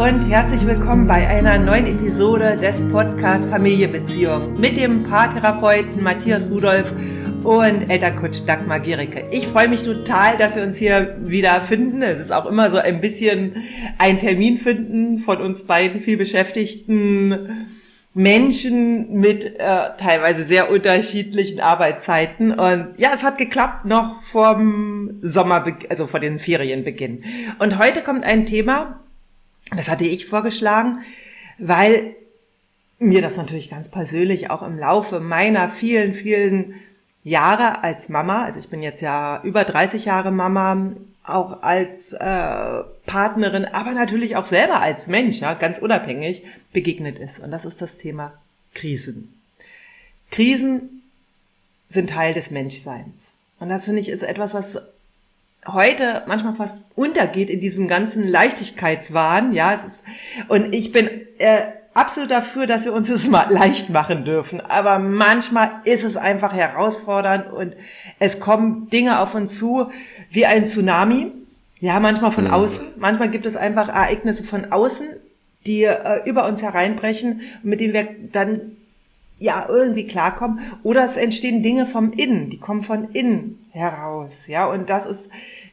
und herzlich willkommen bei einer neuen Episode des Podcasts Familienbeziehung mit dem Paartherapeuten Matthias Rudolph und Elterncoach Dagmar Gericke. Ich freue mich total, dass wir uns hier wieder finden. Es ist auch immer so ein bisschen ein Termin finden von uns beiden viel beschäftigten Menschen mit teilweise sehr unterschiedlichen Arbeitszeiten. Und ja, es hat geklappt noch vom also vor den Ferienbeginn. Und heute kommt ein Thema, das hatte ich vorgeschlagen, weil mir das natürlich ganz persönlich auch im Laufe meiner vielen, vielen Jahre als Mama, also ich bin jetzt ja über 30 Jahre Mama, auch als Partnerin, aber natürlich auch selber als Mensch, ja, ganz unabhängig, begegnet ist. Und das ist das Thema Krisen. Krisen sind Teil des Menschseins. Und das, finde ich, ist etwas, was heute manchmal fast untergeht in diesem ganzen Leichtigkeitswahn. Ja, und ich bin absolut dafür, dass wir uns das mal leicht machen dürfen. Aber manchmal ist es einfach herausfordernd und es kommen Dinge auf uns zu, wie ein Tsunami, ja, manchmal von außen, manchmal gibt es einfach Ereignisse von außen, die über uns hereinbrechen, mit denen wir dann ja irgendwie klarkommen, oder es entstehen Dinge vom Innen, die kommen von innen heraus, ja, und das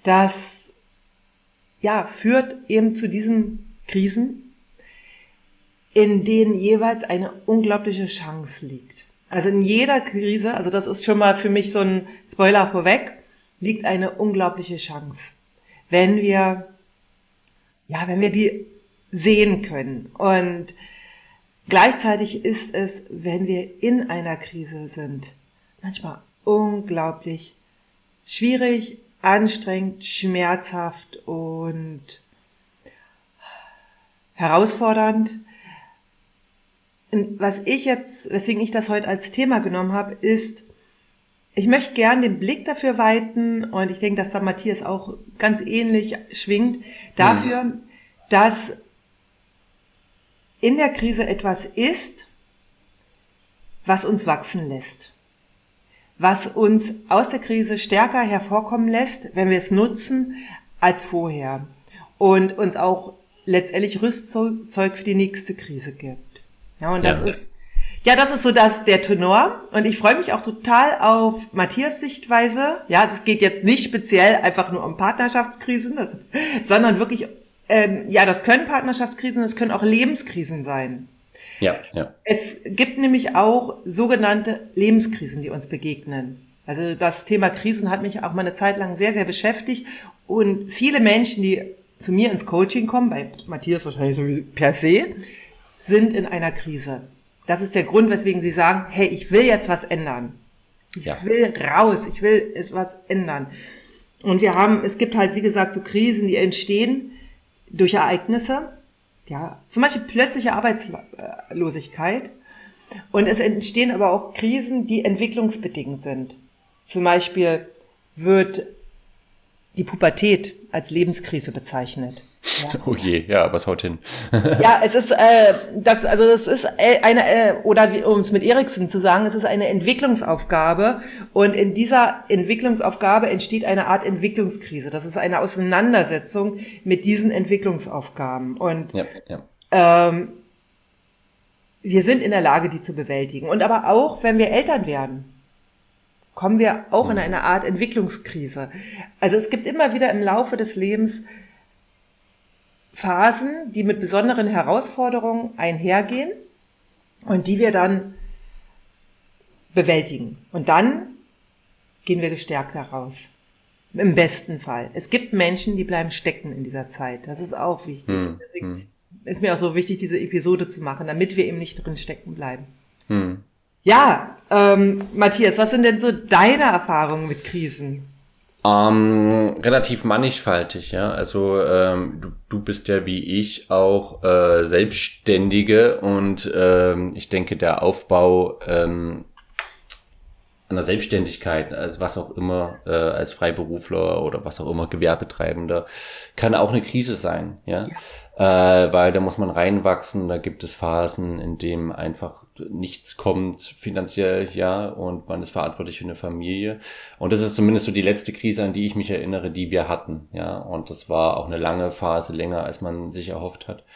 führt eben zu diesen Krisen, in denen jeweils eine unglaubliche Chance liegt. Also in jeder Krise, also das ist schon mal für mich so ein Spoiler vorweg, liegt eine unglaubliche Chance, wenn wir die sehen können. Und gleichzeitig ist es, wenn wir in einer Krise sind, manchmal unglaublich schwierig, anstrengend, schmerzhaft und herausfordernd. Und weswegen ich das heute als Thema genommen habe, ist, ich möchte gern den Blick dafür weiten, und ich denke, dass da Matthias auch ganz ähnlich schwingt, dafür, dass in der Krise etwas ist, was uns wachsen lässt, was uns aus der Krise stärker hervorkommen lässt, wenn wir es nutzen, als vorher, und uns auch letztendlich Rüstzeug für die nächste Krise gibt. Ja, und das ist so der Tenor, und ich freue mich auch total auf Matthias' Sichtweise. Ja, es geht jetzt nicht speziell einfach nur um Partnerschaftskrisen, sondern wirklich, das können Partnerschaftskrisen, das können auch Lebenskrisen sein. Ja. Es gibt nämlich auch sogenannte Lebenskrisen, die uns begegnen. Also das Thema Krisen hat mich auch mal eine Zeit lang sehr, sehr beschäftigt, und viele Menschen, die zu mir ins Coaching kommen, bei Matthias wahrscheinlich sowieso per se, sind in einer Krise. Das ist der Grund, weswegen sie sagen, hey, ich will jetzt was ändern. Ich will raus, ich will was ändern. Und es gibt halt, wie gesagt, so Krisen, die entstehen durch Ereignisse. Ja, zum Beispiel plötzliche Arbeitslosigkeit. Und es entstehen aber auch Krisen, die entwicklungsbedingt sind. Zum Beispiel wird die Pubertät als Lebenskrise bezeichnet. Ja. Oh je, ja, was haut hin? Ja, es ist um es mit Erikson zu sagen, es ist eine Entwicklungsaufgabe, und in dieser Entwicklungsaufgabe entsteht eine Art Entwicklungskrise. Das ist eine Auseinandersetzung mit diesen Entwicklungsaufgaben, und wir sind in der Lage, die zu bewältigen. Und aber auch, wenn wir Eltern werden, kommen wir auch in eine Art Entwicklungskrise. Also es gibt immer wieder im Laufe des Lebens Phasen, die mit besonderen Herausforderungen einhergehen und die wir dann bewältigen. Und dann gehen wir gestärkt daraus. Im besten Fall. Es gibt Menschen, die bleiben stecken in dieser Zeit. Das ist auch wichtig. Deswegen ist mir auch so wichtig, diese Episode zu machen, damit wir eben nicht drin stecken bleiben. Ja, Matthias, was sind denn so deine Erfahrungen mit Krisen? Relativ mannigfaltig, ja. Also du bist ja wie ich auch Selbstständige, und ich denke, der Aufbau einer Selbstständigkeit, also was auch immer, als Freiberufler oder was auch immer, Gewerbetreibender, kann auch eine Krise sein, ja. Weil da muss man reinwachsen, da gibt es Phasen, in denen einfach nichts kommt finanziell, ja, und man ist verantwortlich für eine Familie. Und das ist zumindest so die letzte Krise, an die ich mich erinnere, die wir hatten, ja. Und das war auch eine lange Phase, länger als man sich erhofft hat.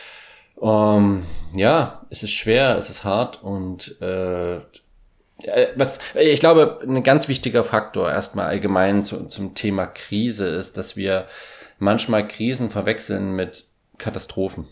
Ja, es ist schwer, es ist hart und was ich glaube, ein ganz wichtiger Faktor erstmal allgemein zum Thema Krise ist, dass wir manchmal Krisen verwechseln mit Katastrophen.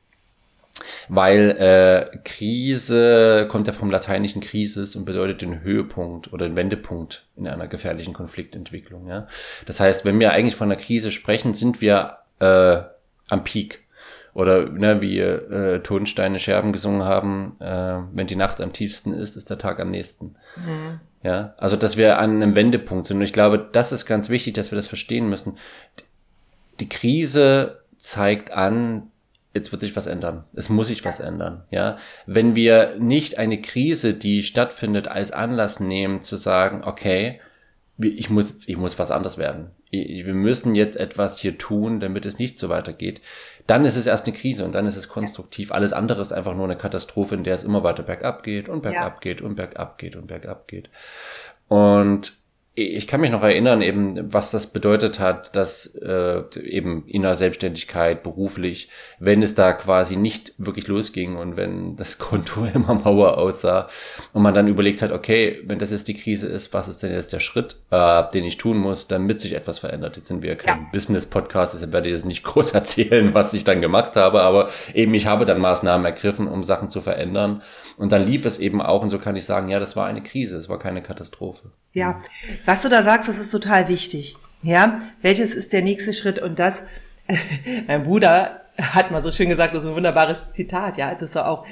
Weil Krise kommt ja vom lateinischen Krisis und bedeutet den Höhepunkt oder den Wendepunkt in einer gefährlichen Konfliktentwicklung. Ja? Das heißt, wenn wir eigentlich von einer Krise sprechen, sind wir am Peak. Oder ne, wie Tonsteine Scherben gesungen haben, wenn die Nacht am tiefsten ist der Tag am nächsten. Mhm. Ja, also dass wir an einem Wendepunkt sind. Und ich glaube, das ist ganz wichtig, dass wir das verstehen müssen. Die Krise zeigt an, jetzt wird sich was ändern. Es muss sich was ändern. Ja, wenn wir nicht eine Krise, die stattfindet, als Anlass nehmen, zu sagen, okay, ich muss was anderes werden. Wir müssen jetzt etwas hier tun, damit es nicht so weitergeht. Dann ist es erst eine Krise und dann ist es konstruktiv. Alles andere ist einfach nur eine Katastrophe, in der es immer weiter bergab geht und bergab geht und bergab geht und bergab geht. Und ich kann mich noch erinnern, eben, was das bedeutet hat, dass eben in der Selbstständigkeit, beruflich, wenn es da quasi nicht wirklich losging und wenn das Konto immer Mauer aussah und man dann überlegt hat, okay, wenn das jetzt die Krise ist, was ist denn jetzt der Schritt, den ich tun muss, damit sich etwas verändert? Jetzt sind wir kein Business-Podcast, deshalb werde ich jetzt nicht groß erzählen, was ich dann gemacht habe, aber eben ich habe dann Maßnahmen ergriffen, um Sachen zu verändern und dann lief es eben auch und so kann ich sagen, ja, das war eine Krise, es war keine Katastrophe. Ja, was du da sagst, das ist total wichtig. Ja, welches ist der nächste Schritt? Und das, mein Bruder hat mal so schön gesagt, das ist ein wunderbares Zitat, ja, als es so auch,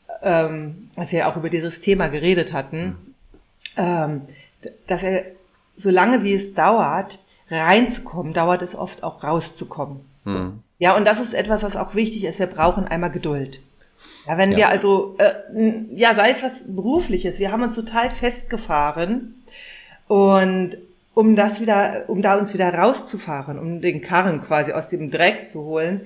als wir auch über dieses Thema geredet hatten, dass er, solange wie es dauert, reinzukommen, dauert es oft auch rauszukommen. Mhm. Ja, und das ist etwas, was auch wichtig ist. Wir brauchen einmal Geduld. Ja, wenn wir also, sei es was Berufliches, wir haben uns total festgefahren und um da uns wieder rauszufahren, um den Karren quasi aus dem Dreck zu holen,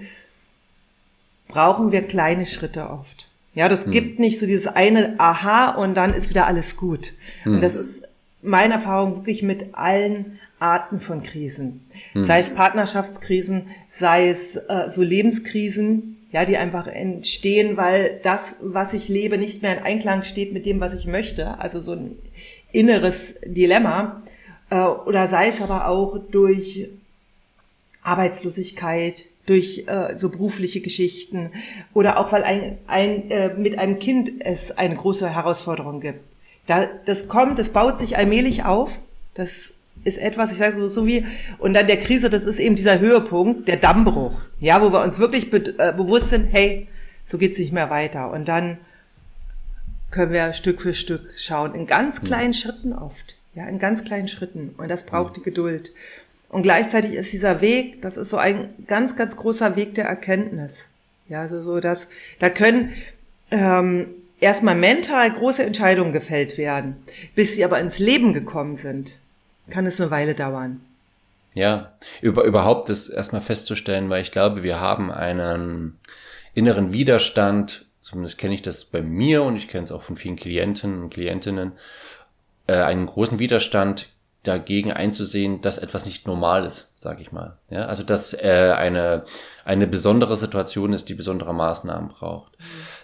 brauchen wir kleine Schritte oft. Ja, das gibt nicht so dieses eine Aha und dann ist wieder alles gut. Und das ist meine Erfahrung wirklich mit allen Arten von Krisen. Sei es Partnerschaftskrisen, sei es so Lebenskrisen, ja, die einfach entstehen, weil das, was ich lebe, nicht mehr in Einklang steht mit dem, was ich möchte. Also so ein inneres Dilemma. Oder sei es aber auch durch Arbeitslosigkeit, durch so berufliche Geschichten oder auch weil mit einem Kind es eine große Herausforderung gibt. Das baut sich allmählich auf. Das ist etwas, ich sage so wie, und dann der Krise, das ist eben dieser Höhepunkt, der Dammbruch, ja, wo wir uns wirklich bewusst sind, hey, so geht's nicht mehr weiter. Und dann können wir Stück für Stück schauen, in ganz kleinen Schritten oft, ja, in ganz kleinen Schritten. Und das braucht die Geduld. Und gleichzeitig ist dieser Weg, das ist so ein ganz, ganz großer Weg der Erkenntnis. Ja, also so, dass, da können, erstmal mental große Entscheidungen gefällt werden, bis sie aber ins Leben gekommen sind, kann es eine Weile dauern. Ja, überhaupt das erstmal festzustellen, weil ich glaube, wir haben einen inneren Widerstand, zumindest kenne ich das bei mir und ich kenne es auch von vielen Klienten und Klientinnen, einen großen Widerstand dagegen einzusehen, dass etwas nicht normal ist, sage ich mal. Ja, also dass eine besondere Situation ist, die besondere Maßnahmen braucht.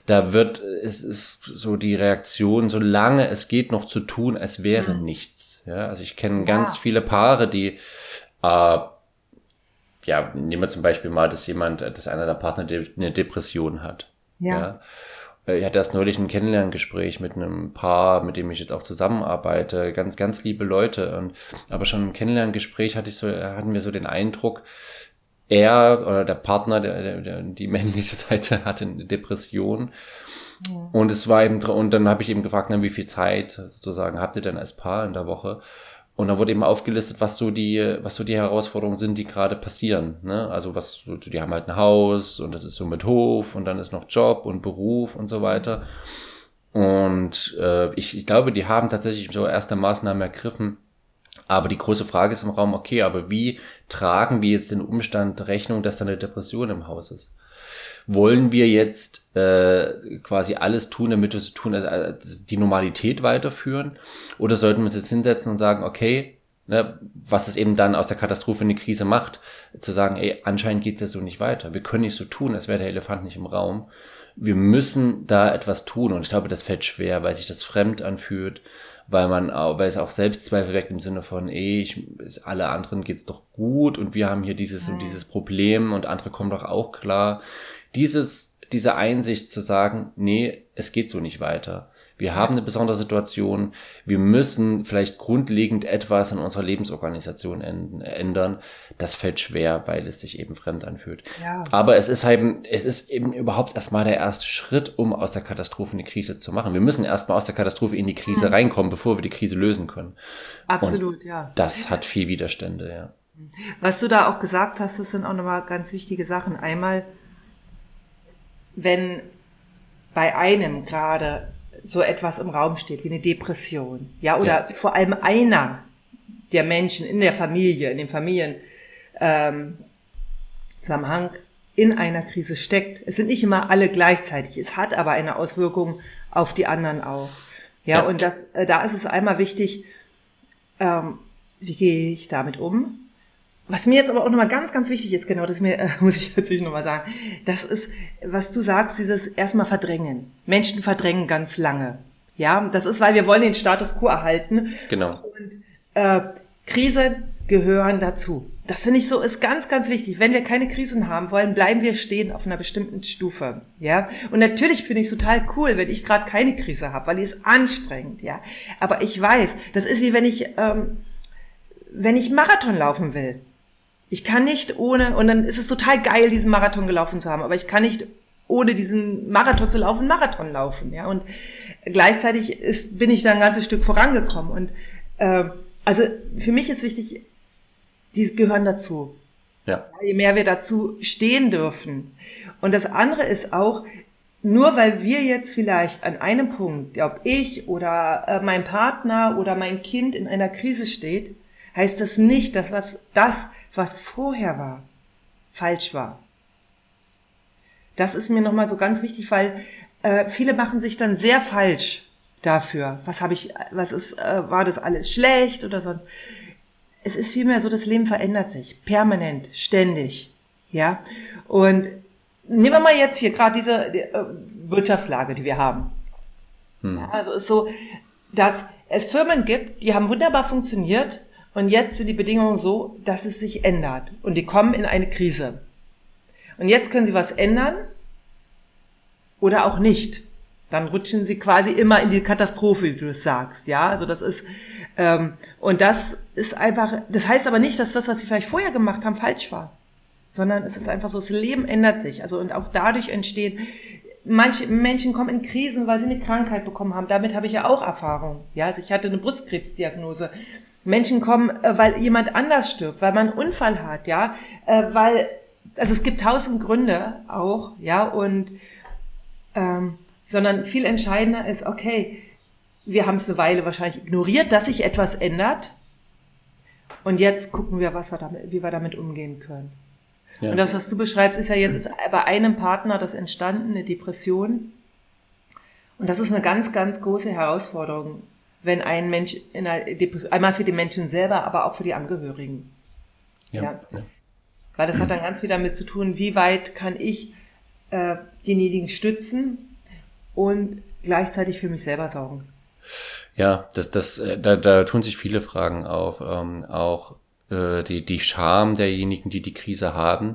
Es ist so die Reaktion, solange es geht, noch zu tun, als wäre nichts. Ja, also ich kenne ganz viele Paare, die, nehmen wir zum Beispiel mal, dass einer der Partner eine Depression hat. Ja. Ich hatte erst neulich ein Kennenlerngespräch mit einem Paar, mit dem ich jetzt auch zusammenarbeite, ganz, ganz liebe Leute. Aber schon im Kennenlerngespräch hatten wir so den Eindruck, er oder der Partner, die männliche Seite hatte eine Depression. Ja. Und es war eben, und dann habe ich eben gefragt, wie viel Zeit sozusagen habt ihr denn als Paar in der Woche? Und dann wurde eben aufgelistet, was so die Herausforderungen sind, die gerade passieren, ne? Also die haben halt ein Haus und das ist so mit Hof und dann ist noch Job und Beruf und so weiter. Und ich glaube, die haben tatsächlich so erste Maßnahmen ergriffen, Aber die große Frage ist im Raum, okay, aber wie tragen wir jetzt den Umstand Rechnung, dass da eine Depression im Haus ist? Wollen wir jetzt quasi alles tun, damit wir so tun, die Normalität weiterführen? Oder sollten wir uns jetzt hinsetzen und sagen, okay, ne, was es eben dann aus der Katastrophe in die Krise macht, zu sagen, ey, anscheinend geht's ja so nicht weiter. Wir können nicht so tun, als wäre der Elefant nicht im Raum. Wir müssen da etwas tun. Und ich glaube, das fällt schwer, weil sich das fremd anfühlt, weil es auch Selbstzweifel weckt im Sinne von, alle anderen geht's doch gut und wir haben hier dieses und dieses Problem und andere kommen doch auch klar. Diese Einsicht zu sagen, nee, es geht so nicht weiter. Wir haben eine besondere Situation. Wir müssen vielleicht grundlegend etwas in unserer Lebensorganisation ändern. Das fällt schwer, weil es sich eben fremd anfühlt. Ja. Aber es ist eben überhaupt erstmal der erste Schritt, um aus der Katastrophe eine Krise zu machen. Wir müssen erstmal aus der Katastrophe in die Krise reinkommen, bevor wir die Krise lösen können. Absolut, und das hat viel Widerstände, ja. Was du da auch gesagt hast, das sind auch nochmal ganz wichtige Sachen. Einmal, wenn bei einem gerade so etwas im Raum steht, wie eine Depression, oder vor allem einer der Menschen in der Familie, in dem Familienzusammenhang in einer Krise steckt. Es sind nicht immer alle gleichzeitig, es hat aber eine Auswirkung auf die anderen auch. Und da ist es einmal wichtig, wie gehe ich damit um? Was mir jetzt aber auch nochmal ganz, ganz wichtig ist, genau, das muss ich natürlich nochmal sagen, das ist, was du sagst, dieses erstmal verdrängen. Menschen verdrängen ganz lange. Ja, das ist, weil wir wollen den Status quo erhalten. Genau. Und Krisen gehören dazu. Das finde ich so, ist ganz, ganz wichtig. Wenn wir keine Krisen haben wollen, bleiben wir stehen auf einer bestimmten Stufe. Ja, und natürlich finde ich es total cool, wenn ich gerade keine Krise habe, weil die ist anstrengend. Ja, aber ich weiß, das ist wie wenn ich Marathon laufen will. Ich kann nicht ohne, und dann ist es total geil, diesen Marathon gelaufen zu haben, aber ich kann nicht ohne diesen Marathon zu laufen, Marathon laufen, ja, und gleichzeitig bin ich da ein ganzes Stück vorangekommen und, also für mich ist wichtig, die gehören dazu. Ja. Je mehr wir dazu stehen dürfen. Und das andere ist auch, nur weil wir jetzt vielleicht an einem Punkt, ob ich oder mein Partner oder mein Kind in einer Krise steht, heißt das nicht, dass was vorher war, falsch war. Das ist mir nochmal so ganz wichtig, weil viele machen sich dann sehr falsch dafür. War das alles schlecht oder so? Es ist vielmehr so, das Leben verändert sich, permanent, ständig, ja. Und nehmen wir mal jetzt hier gerade diese Wirtschaftslage, die wir haben. Ja, also es ist so, dass es Firmen gibt, die haben wunderbar funktioniert. Und jetzt sind die Bedingungen so, dass es sich ändert. Und die kommen in eine Krise. Und jetzt können sie was ändern oder auch nicht. Dann rutschen sie quasi immer in die Katastrophe, wie du es sagst. Ja, also das ist, und das ist einfach, das heißt aber nicht, dass das, was sie vielleicht vorher gemacht haben, falsch war. Sondern es ist einfach so, das Leben ändert sich. Also, und auch dadurch entstehen, manche Menschen kommen in Krisen, weil sie eine Krankheit bekommen haben. Damit habe ich ja auch Erfahrung. Ja, also ich hatte eine Brustkrebsdiagnose. Menschen kommen, weil jemand anders stirbt, weil man einen Unfall hat, ja, also es gibt 1000 Gründe auch, ja, und, sondern viel entscheidender ist, okay, wir haben es eine Weile wahrscheinlich ignoriert, dass sich etwas ändert und jetzt gucken wir, wie wir damit umgehen können. Ja. Und das, was du beschreibst, ist bei einem Partner das entstanden, eine Depression, und das ist eine ganz, ganz große Herausforderung, wenn ein Mensch in einer Depression, einmal für die Menschen selber, aber auch für die Angehörigen. Ja. Weil das hat dann ganz viel damit zu tun, wie weit kann ich denjenigen stützen und gleichzeitig für mich selber sorgen. Ja, da tun sich viele Fragen auf. Auch die Scham derjenigen, die Krise haben,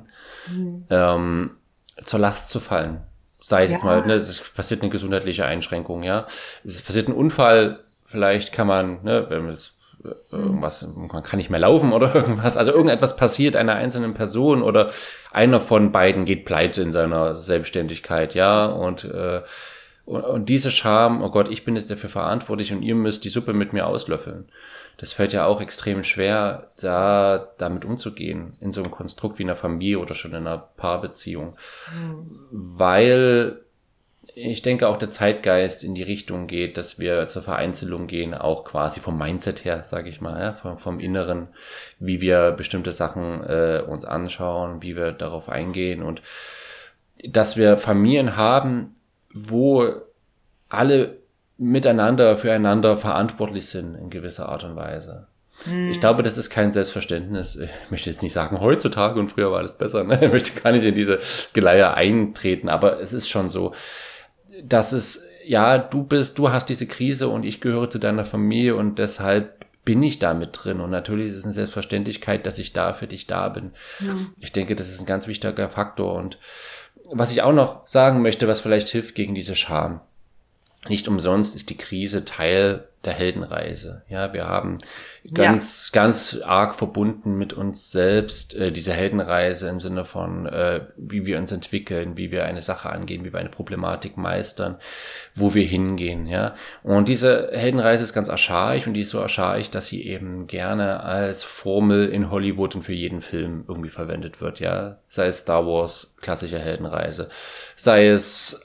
zur Last zu fallen. Sei es mal, es passiert eine gesundheitliche Einschränkung, ja. Es passiert ein Unfall, vielleicht kann man, wenn es man kann nicht mehr laufen oder irgendwas, also irgendetwas passiert einer einzelnen Person oder einer von beiden geht pleite in seiner Selbstständigkeit, ja, und diese Scham, oh Gott, ich bin jetzt dafür verantwortlich und ihr müsst die Suppe mit mir auslöffeln. Das fällt ja auch extrem schwer, damit umzugehen, in so einem Konstrukt wie einer Familie oder schon in einer Paarbeziehung. Weil ich denke auch der Zeitgeist in die Richtung geht, dass wir zur Vereinzelung gehen, auch quasi vom Mindset her, sage ich mal, ja, vom Inneren, wie wir bestimmte Sachen uns anschauen, wie wir darauf eingehen und dass wir Familien haben, wo alle miteinander, füreinander verantwortlich sind in gewisser Art und Weise. Ich glaube, das ist kein Selbstverständnis. Ich möchte jetzt nicht sagen, heutzutage und früher war alles besser. Ne? Ich möchte gar nicht in diese Geleier eintreten, aber es ist schon so, dass es, ja, du hast diese Krise und ich gehöre zu deiner Familie und deshalb bin ich da mit drin. Und natürlich ist es eine Selbstverständlichkeit, dass ich da für dich da bin. Ja. Ich denke, das ist ein ganz wichtiger Faktor. Und was ich auch noch sagen möchte, was vielleicht hilft gegen diese Scham. Nicht umsonst ist die Krise Teil der Heldenreise. Ja, wir haben ganz arg verbunden mit uns selbst diese Heldenreise im Sinne von, wie wir uns entwickeln, wie wir eine Sache angehen, wie wir eine Problematik meistern, wo wir hingehen. Ja, und diese Heldenreise ist ganz archaisch und die ist so archaisch, dass sie eben gerne als Formel in Hollywood und für jeden Film irgendwie verwendet wird. Ja, sei es Star Wars, klassische Heldenreise, sei es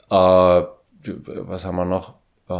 was haben wir noch?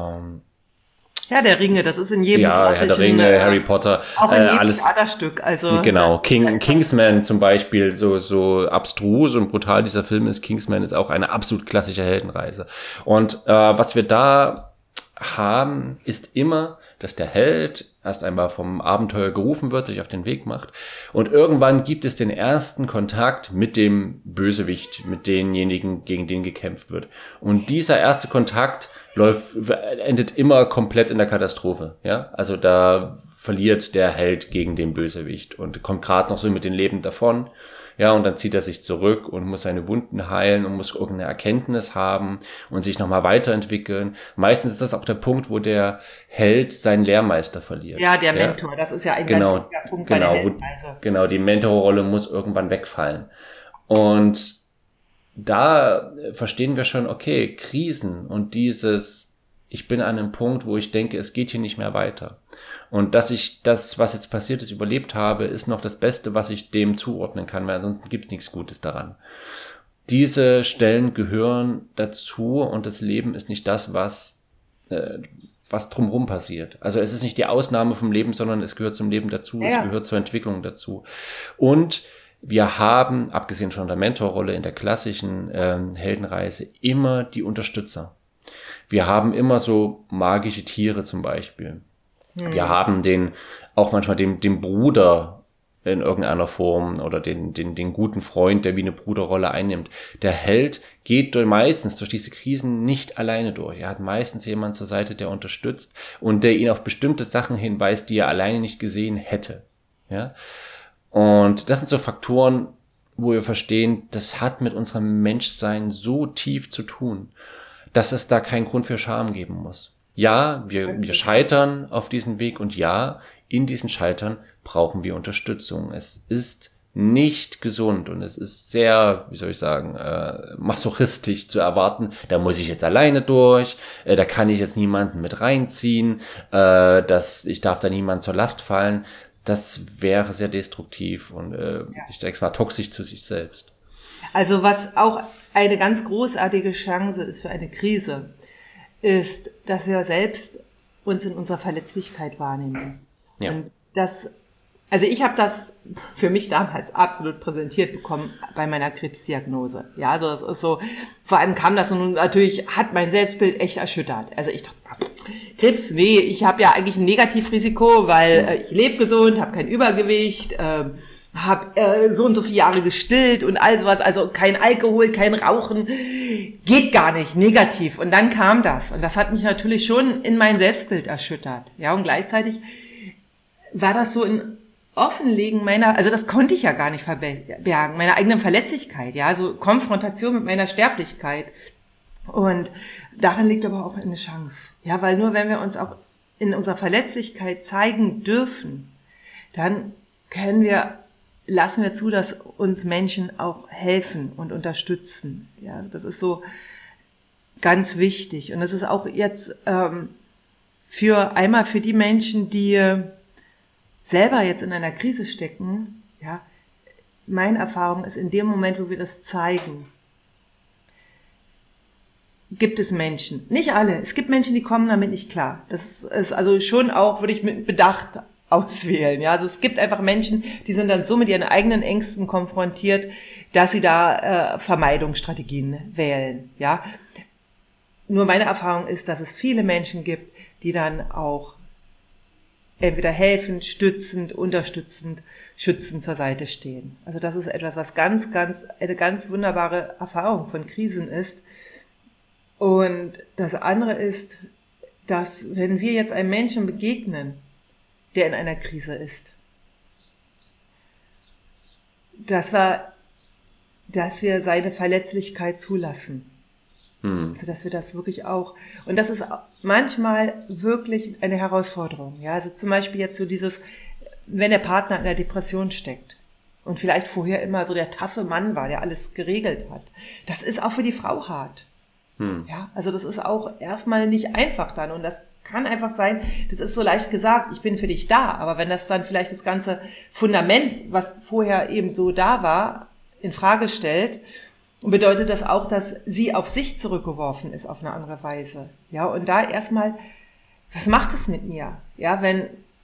Herr der Ringe, das ist in jedem klassischen... Ja, Herr der Ringe, Harry Potter. Auch in jedem Theaterstück. Also genau, Kingsman zum Beispiel, so abstrus und brutal dieser Film ist, Kingsman ist auch eine absolut klassische Heldenreise. Und was wir da haben, ist immer, dass der Held erst einmal vom Abenteuer gerufen wird, sich auf den Weg macht und irgendwann gibt es den ersten Kontakt mit dem Bösewicht, mit denjenigen, gegen den gekämpft wird. Und dieser erste Kontakt endet immer komplett in der Katastrophe. Ja, also da verliert der Held gegen den Bösewicht und kommt gerade noch so mit den Leben davon. Ja, und dann zieht er sich zurück und muss seine Wunden heilen und muss irgendeine Erkenntnis haben und sich nochmal weiterentwickeln. Meistens ist das auch der Punkt, wo der Held seinen Lehrmeister verliert. Ja, der Mentor, das ist ja ein ganz wichtiger Punkt bei der Heldenreise. Genau, die Mentorrolle muss irgendwann wegfallen. Und da verstehen wir schon, okay, Krisen und ich bin an einem Punkt, wo ich denke, es geht hier nicht mehr weiter. Und dass ich das, was jetzt passiert ist, überlebt habe, ist noch das Beste, was ich dem zuordnen kann, weil ansonsten gibt's nichts Gutes daran. Diese Stellen gehören dazu und das Leben ist nicht das, was drumherum passiert. Also es ist nicht die Ausnahme vom Leben, sondern es gehört zum Leben dazu, es gehört zur Entwicklung dazu. Und wir haben, abgesehen von der Mentorrolle in der klassischen Heldenreise, immer die Unterstützer. Wir haben immer so magische Tiere zum Beispiel. Wir haben auch manchmal den Bruder in irgendeiner Form oder den guten Freund, der wie eine Bruderrolle einnimmt. Der Held geht meistens durch diese Krisen nicht alleine durch. Er hat meistens jemanden zur Seite, der unterstützt und der ihn auf bestimmte Sachen hinweist, die er alleine nicht gesehen hätte. Ja? Und das sind so Faktoren, wo wir verstehen, das hat mit unserem Menschsein so tief zu tun, dass es da keinen Grund für Scham geben muss. Ja, wir scheitern auf diesem Weg und ja, in diesen Scheitern brauchen wir Unterstützung. Es ist nicht gesund und es ist sehr, wie soll ich sagen, masochistisch zu erwarten, da muss ich jetzt alleine durch, da kann ich jetzt niemanden mit reinziehen, ich darf da niemand zur Last fallen. Das wäre sehr destruktiv und ich denke, es war toxisch zu sich selbst. Also was auch eine ganz großartige Chance ist für eine Krise, ist, dass wir selbst uns in unserer Verletzlichkeit wahrnehmen. Ja. Und also ich habe das für mich damals absolut präsentiert bekommen bei meiner Krebsdiagnose. Ja, also es ist so, vor allem kam das und natürlich hat mein Selbstbild echt erschüttert. Also ich dachte, Krebs, nee, ich habe ja eigentlich ein Negativrisiko, weil ich lebe gesund, habe kein Übergewicht, habe so und so viele Jahre gestillt und all sowas, also kein Alkohol, kein Rauchen, geht gar nicht, negativ. Und dann kam das und das hat mich natürlich schon in mein Selbstbild erschüttert. Ja, und gleichzeitig war das so ein Offenlegen also das konnte ich ja gar nicht verbergen, meiner eigenen Verletzlichkeit, ja, so Konfrontation mit meiner Sterblichkeit. Und darin liegt aber auch eine Chance. Ja, weil nur wenn wir uns auch in unserer Verletzlichkeit zeigen dürfen, dann lassen wir zu, dass uns Menschen auch helfen und unterstützen. Ja, also das ist so ganz wichtig. Und das ist auch jetzt für die Menschen, die selber jetzt in einer Krise stecken, ja, meine Erfahrung ist in dem Moment, wo wir das zeigen, gibt es Menschen, nicht alle, es gibt Menschen, die kommen damit nicht klar. Das ist also schon auch, würde ich mit Bedacht auswählen. Ja, also es gibt einfach Menschen, die sind dann so mit ihren eigenen Ängsten konfrontiert, dass sie da Vermeidungsstrategien wählen. Ja, nur meine Erfahrung ist, dass es viele Menschen gibt, die dann auch entweder helfend, stützend, unterstützend, schützend zur Seite stehen. Also das ist etwas, was eine ganz wunderbare Erfahrung von Krisen ist. Und das andere ist, dass wenn wir jetzt einem Menschen begegnen, der in einer Krise ist, dass wir seine Verletzlichkeit zulassen. Also, dass wir das wirklich auch, und das ist manchmal wirklich eine Herausforderung. Ja, also zum Beispiel jetzt so wenn der Partner in der Depression steckt und vielleicht vorher immer so der taffe Mann war, der alles geregelt hat. Das ist auch für die Frau hart. Ja, also das ist auch erstmal nicht einfach dann, und das kann einfach sein, das ist so leicht gesagt, ich bin für dich da, aber wenn das dann vielleicht das ganze Fundament, was vorher eben so da war, in Frage stellt, bedeutet das auch, dass sie auf sich zurückgeworfen ist auf eine andere Weise. Ja, und da erstmal, was macht es mit mir? Ja, wenn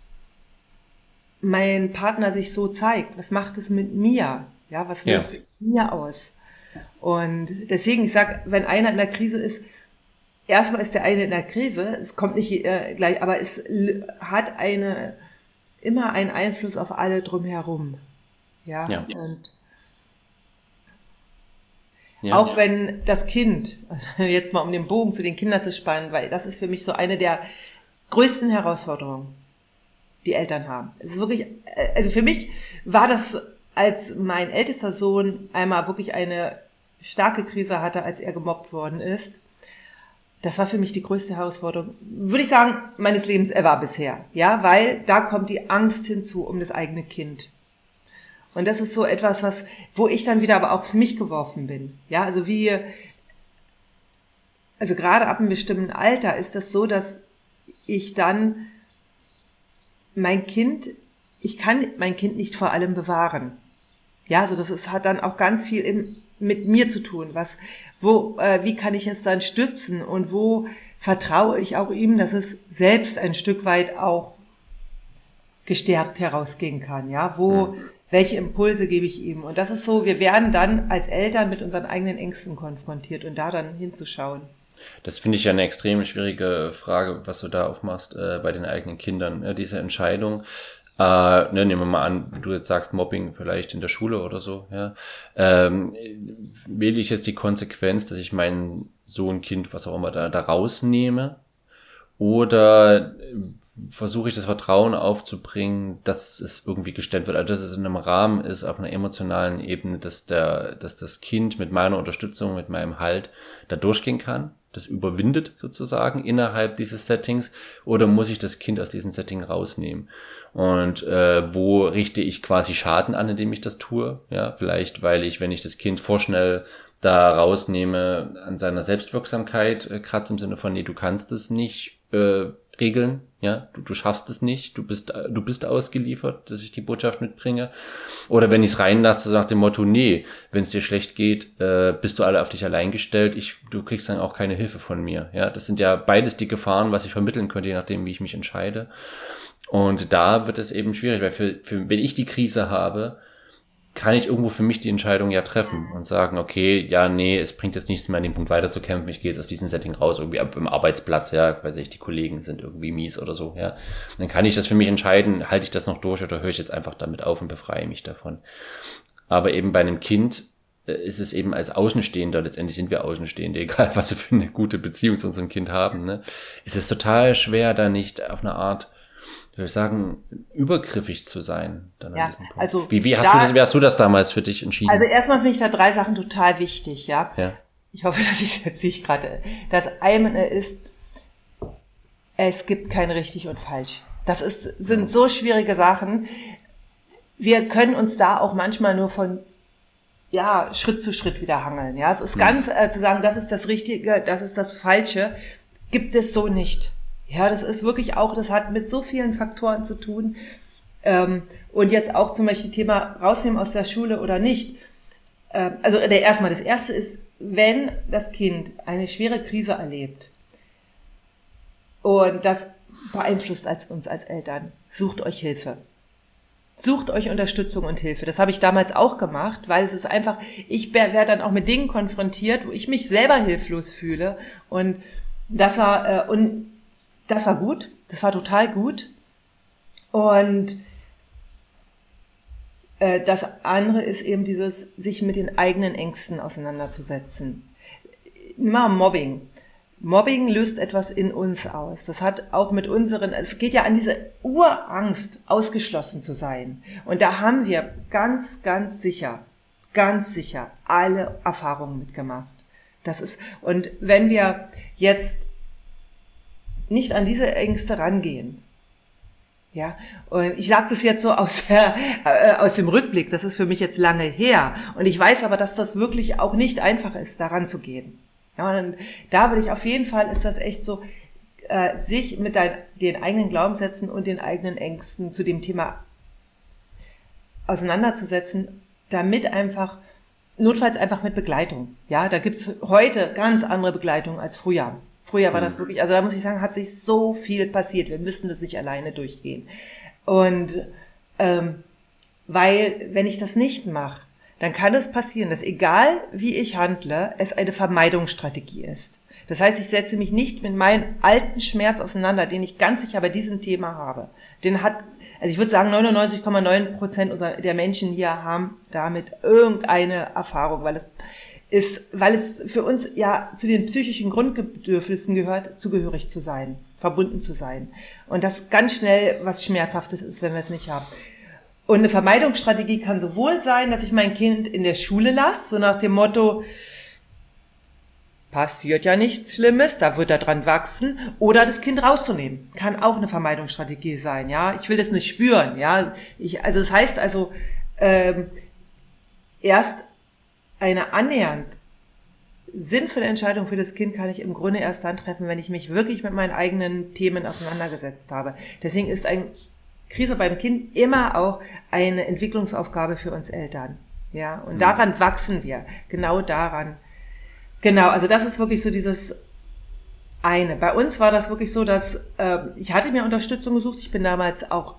mein Partner sich so zeigt, was macht es mit mir? Ja, was löst es mir aus? Und deswegen, ich sag, wenn einer in der Krise ist, erstmal ist der eine in der Krise, es kommt nicht gleich, aber es hat immer einen Einfluss auf alle drumherum. Ja. Und auch wenn das Kind, jetzt mal um den Bogen zu den Kindern zu spannen, weil das ist für mich so eine der größten Herausforderungen, die Eltern haben. Es ist wirklich, also für mich war das, als mein ältester Sohn einmal wirklich eine starke Krise hatte, als er gemobbt worden ist, das war für mich die größte Herausforderung, würde ich sagen, meines Lebens ever bisher. Ja, weil da kommt die Angst hinzu um das eigene Kind. Und das ist so etwas, wo ich dann wieder aber auch für mich geworfen bin. Ja, also gerade ab einem bestimmten Alter ist das so, dass ich dann ich kann mein Kind nicht vor allem bewahren. Ja, also hat dann auch ganz viel mit mir zu tun. Wie kann ich es dann stützen und wo vertraue ich auch ihm, dass es selbst ein Stück weit auch gestärkt herausgehen kann. Ja, welche Impulse gebe ich ihm? Und das ist so, wir werden dann als Eltern mit unseren eigenen Ängsten konfrontiert und da dann hinzuschauen. Das finde ich ja eine extrem schwierige Frage, was du da aufmachst bei den eigenen Kindern. Ja, diese Entscheidung, nehmen wir mal an, du jetzt sagst Mobbing vielleicht in der Schule oder so. Ja, wähle ich jetzt die Konsequenz, dass ich meinen Sohn, Kind, was auch immer da rausnehme, oder versuche ich das Vertrauen aufzubringen, dass es irgendwie gestemmt wird, also dass es in einem Rahmen ist, auf einer emotionalen Ebene, dass das Kind mit meiner Unterstützung, mit meinem Halt da durchgehen kann, das überwindet sozusagen innerhalb dieses Settings, oder muss ich das Kind aus diesem Setting rausnehmen? Und wo richte ich quasi Schaden an, indem ich das tue? Ja, vielleicht, weil wenn ich das Kind vorschnell da rausnehme, an seiner Selbstwirksamkeit kratze im Sinne von, nee, du kannst es nicht regeln, ja, du schaffst es nicht, du bist ausgeliefert, dass ich die Botschaft mitbringe. Oder wenn ich es reinlasse, nach dem Motto, nee, wenn es dir schlecht geht, bist du alle auf dich allein gestellt, du kriegst dann auch keine Hilfe von mir. Ja, das sind ja beides die Gefahren, was ich vermitteln könnte, je nachdem, wie ich mich entscheide. Und da wird es eben schwierig, weil wenn ich die Krise habe, kann ich irgendwo für mich die Entscheidung ja treffen und sagen, okay, ja, nee, es bringt jetzt nichts mehr, an dem Punkt weiterzukämpfen, ich gehe jetzt aus diesem Setting raus, irgendwie im Arbeitsplatz, ja, weil die Kollegen sind irgendwie mies oder so, ja. Dann kann ich das für mich entscheiden, halte ich das noch durch oder höre ich jetzt einfach damit auf und befreie mich davon. Aber eben bei einem Kind ist es eben als Außenstehender, letztendlich sind wir Außenstehende, egal was wir für eine gute Beziehung zu unserem Kind haben, ne, ist es total schwer, da nicht auf eine Art, würde ich sagen, übergriffig zu sein. Dann an diesem Punkt. Also wie hast du das damals für dich entschieden? Also erstmal finde ich da 3 Sachen total wichtig, ja. Ich hoffe, dass ich es jetzt nicht gerade. Das eine ist, es gibt kein richtig und falsch. Sind so schwierige Sachen. Wir können uns da auch manchmal nur von Schritt zu Schritt wieder hangeln. Ja, es ist ganz zu sagen, das ist das Richtige, das ist das Falsche, gibt es so nicht. Ja, das ist wirklich auch, das hat mit so vielen Faktoren zu tun. Und jetzt auch zum Beispiel Thema rausnehmen aus der Schule oder nicht. Also das erste ist, wenn das Kind eine schwere Krise erlebt und das beeinflusst uns als Eltern, sucht euch Hilfe. Sucht euch Unterstützung und Hilfe. Das habe ich damals auch gemacht, weil es ist einfach, ich werde dann auch mit Dingen konfrontiert, wo ich mich selber hilflos fühle. Und das war gut. Das war total gut. Und das andere ist eben dieses, sich mit den eigenen Ängsten auseinanderzusetzen. Immer Mobbing. Mobbing löst etwas in uns aus. Das hat auch mit es geht ja an diese Urangst, ausgeschlossen zu sein. Und da haben wir ganz, ganz sicher alle Erfahrungen mitgemacht. Und wenn wir jetzt nicht an diese Ängste rangehen, ja, und ich sage das jetzt so aus dem Rückblick, das ist für mich jetzt lange her. Und ich weiß aber, dass das wirklich auch nicht einfach ist, daran zu gehen. Ja, und da würde ich auf jeden Fall, ist das echt so, sich mit den eigenen Glaubenssätzen und den eigenen Ängsten zu dem Thema auseinanderzusetzen, damit einfach, notfalls einfach mit Begleitung. Ja, da gibt's heute ganz andere Begleitung als früher. Früher war das wirklich, also da muss ich sagen, hat sich so viel passiert. Wir müssten das nicht alleine durchgehen. Und weil, wenn ich das nicht mache, dann kann es passieren, dass egal wie ich handle, es eine Vermeidungsstrategie ist. Das heißt, ich setze mich nicht mit meinem alten Schmerz auseinander, den ich ganz sicher bei diesem Thema habe. Also ich würde sagen, 99,9% der Menschen hier haben damit irgendeine Erfahrung, weil es für uns ja zu den psychischen Grundbedürfnissen gehört, zugehörig zu sein, verbunden zu sein. Und das ganz schnell was Schmerzhaftes ist, wenn wir es nicht haben. Und eine Vermeidungsstrategie kann sowohl sein, dass ich mein Kind in der Schule lasse, so nach dem Motto, passiert ja nichts Schlimmes, da wird er dran wachsen, oder das Kind rauszunehmen. Kann auch eine Vermeidungsstrategie sein, ja. Ich will das nicht spüren, ja. Das heißt also, erst eine annähernd sinnvolle Entscheidung für das Kind kann ich im Grunde erst dann treffen, wenn ich mich wirklich mit meinen eigenen Themen auseinandergesetzt habe. Deswegen ist eine Krise beim Kind immer auch eine Entwicklungsaufgabe für uns Eltern. Ja, und daran wachsen wir. Genau daran. Genau, also das ist wirklich so dieses eine. Bei uns war das wirklich so, dass ich hatte mir Unterstützung gesucht. Ich bin damals auch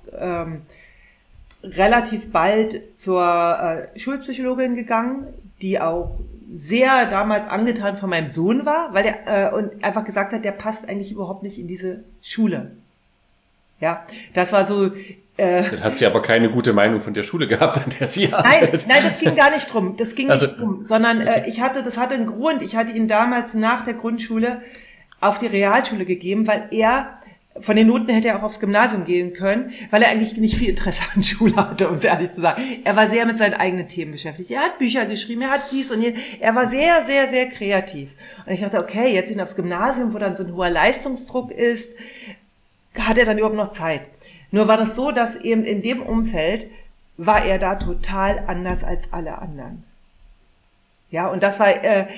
relativ bald zur Schulpsychologin gegangen, die auch sehr damals angetan von meinem Sohn war, weil der und einfach gesagt hat, der passt eigentlich überhaupt nicht in diese Schule. Ja, das war so. Dann hat sie aber keine gute Meinung von der Schule gehabt, an der sie arbeitet. Nein, das ging gar nicht drum. Das ging nicht drum, sondern das hatte einen Grund. Ich hatte ihn damals nach der Grundschule auf die Realschule gegeben, weil er von den Noten hätte er auch aufs Gymnasium gehen können, weil er eigentlich nicht viel Interesse an Schule hatte, um es ehrlich zu sagen. Er war sehr mit seinen eigenen Themen beschäftigt. Er hat Bücher geschrieben, er hat dies und jenes. Er war sehr, sehr, sehr kreativ. Und ich dachte, okay, jetzt ihn aufs Gymnasium, wo dann so ein hoher Leistungsdruck ist, hat er dann überhaupt noch Zeit? Nur war das so, dass eben in dem Umfeld war er da total anders als alle anderen. Ja, und das war,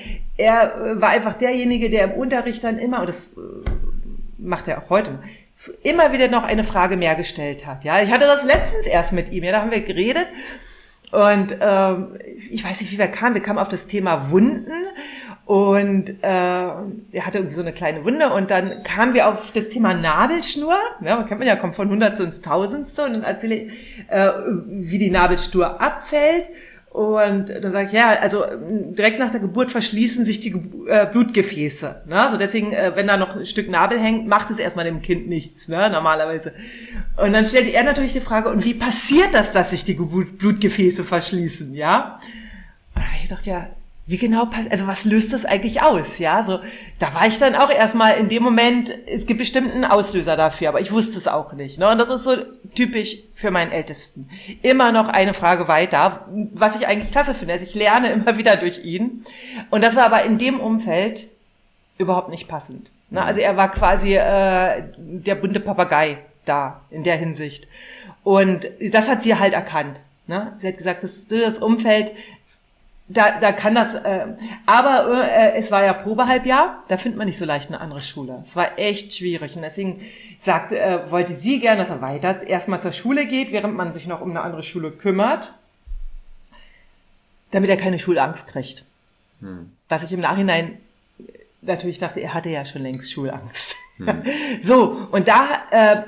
er war einfach derjenige, der im Unterricht dann immer, und das macht er auch heute, immer wieder noch eine Frage mehr gestellt hat. Ja, ich hatte das letztens erst mit ihm, ja, da haben wir geredet und ich weiß nicht, wie wir kamen auf das Thema Wunden. Und er hatte irgendwie so eine kleine Wunde und dann kamen wir auf das Thema Nabelschnur. Ja, kennt man ja, kommt von Hundertstel ins Tausendste und dann erzähle ich, wie die Nabelschnur abfällt. Und dann sage ich, ja, also direkt nach der Geburt verschließen sich die Blutgefäße. Ne? Also deswegen, wenn da noch ein Stück Nabel hängt, macht es erstmal dem Kind nichts, ne? Normalerweise. Und dann stellte er natürlich die Frage, und wie passiert das, dass sich die Blutgefäße verschließen? Ja? Und ich dachte, ja, wie genau also was löst das eigentlich aus? Ja, so, da war ich dann auch erstmal in dem Moment, es gibt bestimmt einen Auslöser dafür, aber ich wusste es auch nicht. Ne? Und das ist so typisch für meinen Ältesten. Immer noch eine Frage weiter, was ich eigentlich klasse finde. Also ich lerne immer wieder durch ihn. Und das war aber in dem Umfeld überhaupt nicht passend. Ne? Also er war quasi der bunte Papagei da in der Hinsicht. Und das hat sie halt erkannt. Ne? Sie hat gesagt, das Umfeld, da kann das, aber es war ja Probehalbjahr, da findet man nicht so leicht eine andere Schule. Es war echt schwierig und deswegen wollte sie gerne, dass er weiter erstmal zur Schule geht, während man sich noch um eine andere Schule kümmert, damit er keine Schulangst kriegt. Was ich im Nachhinein natürlich dachte, er hatte ja schon längst Schulangst. So, und da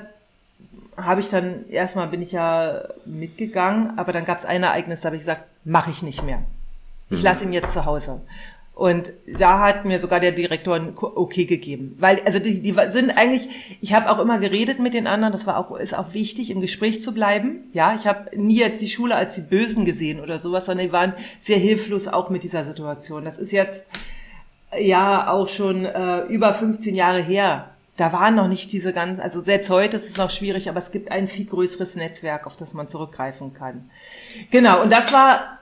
bin ich ja mitgegangen, aber dann gab es ein Ereignis, da habe ich gesagt, mache ich nicht mehr. Ich lasse ihn jetzt zu Hause. Und da hat mir sogar der Direktor ein Okay gegeben. Weil, also die sind eigentlich, ich habe auch immer geredet mit den anderen, ist auch wichtig, im Gespräch zu bleiben. Ja, ich habe nie jetzt die Schule als die Bösen gesehen oder sowas, sondern die waren sehr hilflos auch mit dieser Situation. Das ist jetzt ja auch schon über 15 Jahre her. Da waren noch nicht diese ganzen, also selbst heute ist es noch schwierig, aber es gibt ein viel größeres Netzwerk, auf das man zurückgreifen kann. Genau, und das war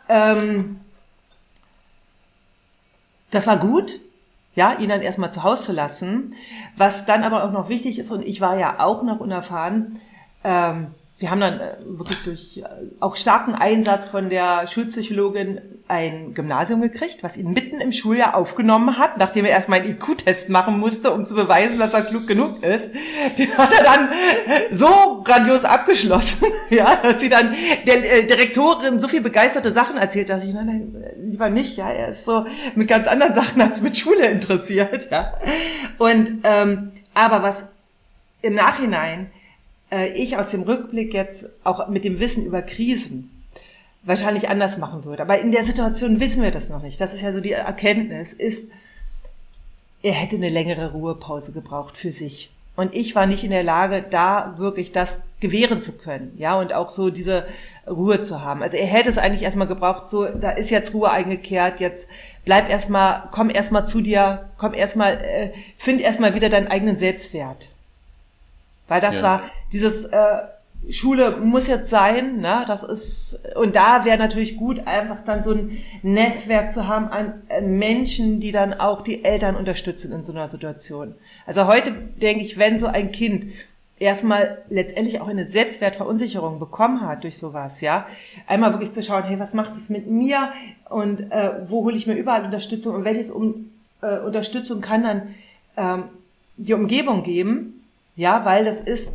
gut, ja, ihn dann erstmal zu Hause zu lassen. Was dann aber auch noch wichtig ist, und ich war ja auch noch unerfahren, wir haben dann wirklich durch auch starken Einsatz von der Schulpsychologin ein Gymnasium gekriegt, was ihn mitten im Schuljahr aufgenommen hat, nachdem er erstmal einen IQ-Test machen musste, um zu beweisen, dass er klug genug ist. Den hat er dann so grandios abgeschlossen, ja, dass sie dann der Direktorin so viel begeisterte Sachen erzählt, dass ich, nein, lieber nicht, ja, er ist so mit ganz anderen Sachen als mit Schule interessiert, ja. Und, aber was im Nachhinein ich aus dem Rückblick jetzt auch mit dem Wissen über Krisen wahrscheinlich anders machen würde. Aber in der Situation wissen wir das noch nicht. Das ist ja so die Erkenntnis, er hätte eine längere Ruhepause gebraucht für sich. Und ich war nicht in der Lage, da wirklich das gewähren zu können, ja, und auch so diese Ruhe zu haben. Also er hätte es eigentlich erstmal gebraucht, so, da ist jetzt Ruhe eingekehrt, jetzt komm erstmal zu dir, find erstmal wieder deinen eigenen Selbstwert. Weil das war dieses Schule muss jetzt sein, ne? Das ist, und da wäre natürlich gut, einfach dann so ein Netzwerk zu haben an Menschen, die dann auch die Eltern unterstützen in so einer Situation. Also heute denke ich, wenn so ein Kind erstmal letztendlich auch eine Selbstwertverunsicherung bekommen hat durch sowas, ja, einmal wirklich zu schauen, hey, was macht es mit mir und wo hole ich mir überall Unterstützung und welches Unterstützung kann dann die Umgebung geben. Ja, weil das ist,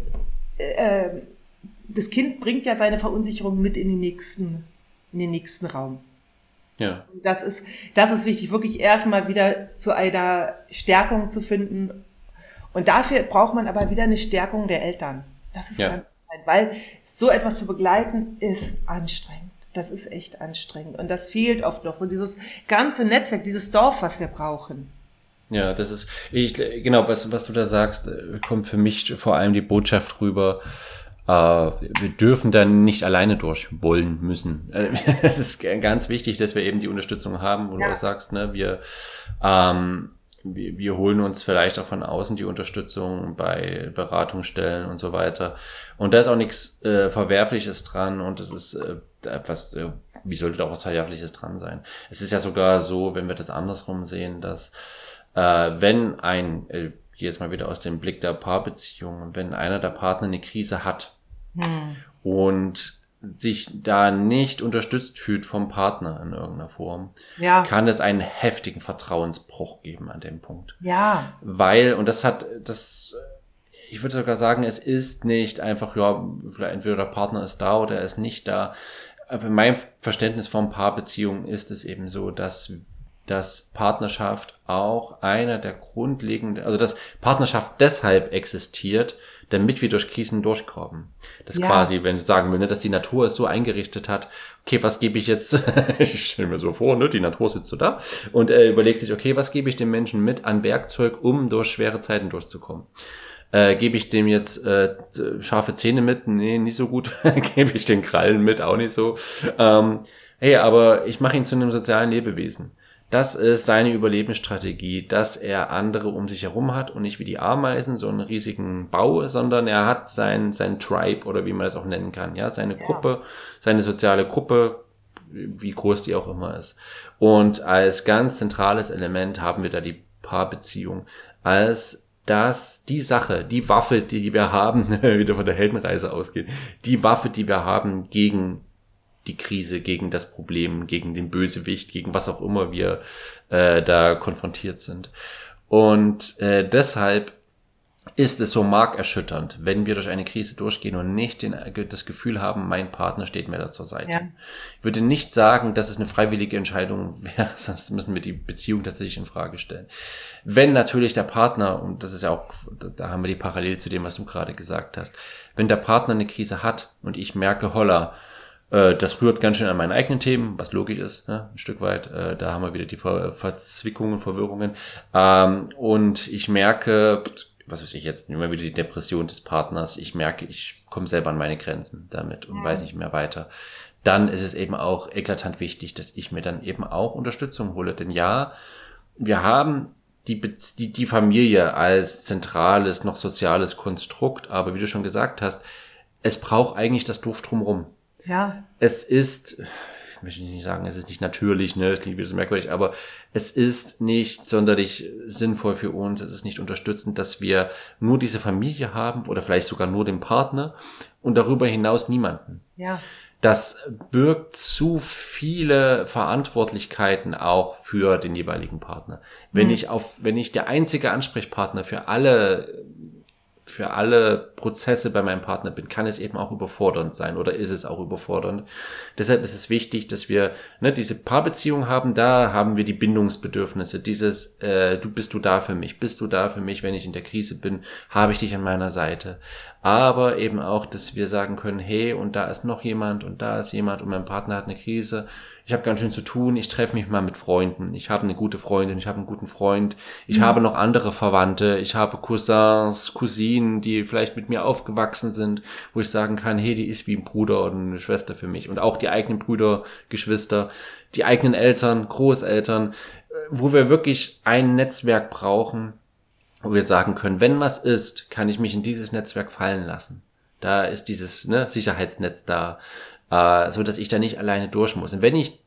das Kind bringt ja seine Verunsicherung mit in den nächsten Raum. Ja. Das ist wichtig, wirklich erstmal wieder zu einer Stärkung zu finden. Und dafür braucht man aber wieder eine Stärkung der Eltern. Das ist ganz wichtig, weil so etwas zu begleiten ist anstrengend. Das ist echt anstrengend. Und das fehlt oft noch, so dieses ganze Netzwerk, dieses Dorf, was wir brauchen. Ja, das ist, genau, was du da sagst, kommt für mich vor allem die Botschaft rüber, wir dürfen dann nicht alleine durch wollen müssen. Das ist ganz wichtig, dass wir eben die Unterstützung haben, wo du auch sagst, ne, wir holen uns vielleicht auch von außen die Unterstützung bei Beratungsstellen und so weiter. Und da ist auch nichts Verwerfliches dran und es ist wie sollte da auch was Verwerfliches dran sein? Es ist ja sogar so, wenn wir das andersrum sehen, dass wenn jetzt mal wieder aus dem Blick der Paarbeziehung, wenn einer der Partner eine Krise hat und sich da nicht unterstützt fühlt vom Partner in irgendeiner Form, kann es einen heftigen Vertrauensbruch geben an dem Punkt. Ja. Weil, und ich würde sogar sagen, es ist nicht einfach, entweder der Partner ist da oder er ist nicht da. Aber in meinem Verständnis von Paarbeziehungen ist es eben so, dass Partnerschaft auch einer der grundlegenden, also dass Partnerschaft deshalb existiert, damit wir durch Krisen durchkommen. Das quasi, wenn du sagen will, ne, dass die Natur es so eingerichtet hat, okay, was gebe ich jetzt, ich stelle mir so vor, ne, die Natur sitzt so da und überlegt sich, okay, was gebe ich dem Menschen mit an Werkzeug, um durch schwere Zeiten durchzukommen? Gebe ich dem jetzt scharfe Zähne mit? Nee, nicht so gut. Gebe ich den Krallen mit? Auch nicht so. Aber ich mache ihn zu einem sozialen Lebewesen. Das ist seine Überlebensstrategie, dass er andere um sich herum hat und nicht wie die Ameisen so einen riesigen Bau, sondern er hat sein Tribe oder wie man das auch nennen kann, ja, seine Gruppe, seine soziale Gruppe, wie groß die auch immer ist. Und als ganz zentrales Element haben wir da die Paarbeziehung, als dass die Sache, die Waffe, die wir haben, wieder von der Heldenreise ausgeht, die Waffe, die wir haben gegen die Krise, gegen das Problem, gegen den Bösewicht, gegen was auch immer wir da konfrontiert sind. Und deshalb ist es so markerschütternd, wenn wir durch eine Krise durchgehen und nicht das Gefühl haben, mein Partner steht mir da zur Seite. Ja. Ich würde nicht sagen, dass es eine freiwillige Entscheidung wäre, sonst müssen wir die Beziehung tatsächlich in Frage stellen. Wenn natürlich der Partner, und das ist ja auch, da haben wir die Parallele zu dem, was du gerade gesagt hast, wenn der Partner eine Krise hat und ich merke, holla, das rührt ganz schön an meinen eigenen Themen, was logisch ist, ne? Ein Stück weit. Da haben wir wieder die Verzwickungen, Verwirrungen. Und ich merke, was weiß ich jetzt, immer wieder die Depression des Partners. Ich merke, ich komme selber an meine Grenzen damit und weiß nicht mehr weiter. Dann ist es eben auch eklatant wichtig, dass ich mir dann eben auch Unterstützung hole. Denn ja, wir haben die Familie als zentrales, noch soziales Konstrukt. Aber wie du schon gesagt hast, es braucht eigentlich das Dorf drumherum. Ja. Es ist, ich möchte nicht sagen, es ist nicht natürlich, ne, das klingt wieder so merkwürdig, aber es ist nicht sonderlich sinnvoll für uns, es ist nicht unterstützend, dass wir nur diese Familie haben oder vielleicht sogar nur den Partner und darüber hinaus niemanden. Ja. Das birgt zu viele Verantwortlichkeiten auch für den jeweiligen Partner. Wenn ich der einzige Ansprechpartner für alle Prozesse bei meinem Partner bin, kann es eben auch überfordernd sein oder ist es auch überfordernd. Deshalb ist es wichtig, dass wir diese Paarbeziehung haben, da haben wir die Bindungsbedürfnisse, dieses bist du da für mich, wenn ich in der Krise bin, habe ich dich an meiner Seite. Aber eben auch, dass wir sagen können, hey, und da ist noch jemand und da ist jemand und mein Partner hat eine Krise, ich habe ganz schön zu tun, ich treffe mich mal mit Freunden, ich habe eine gute Freundin, ich habe einen guten Freund, ich habe noch andere Verwandte, ich habe Cousins, Cousinen, die vielleicht mit mir aufgewachsen sind, wo ich sagen kann, hey, die ist wie ein Bruder oder eine Schwester für mich. Und auch die eigenen Brüder, Geschwister, die eigenen Eltern, Großeltern, wo wir wirklich ein Netzwerk brauchen, wo wir sagen können, wenn was ist, kann ich mich in dieses Netzwerk fallen lassen. Da ist dieses Sicherheitsnetz da, so dass ich da nicht alleine durch muss. Und wenn ich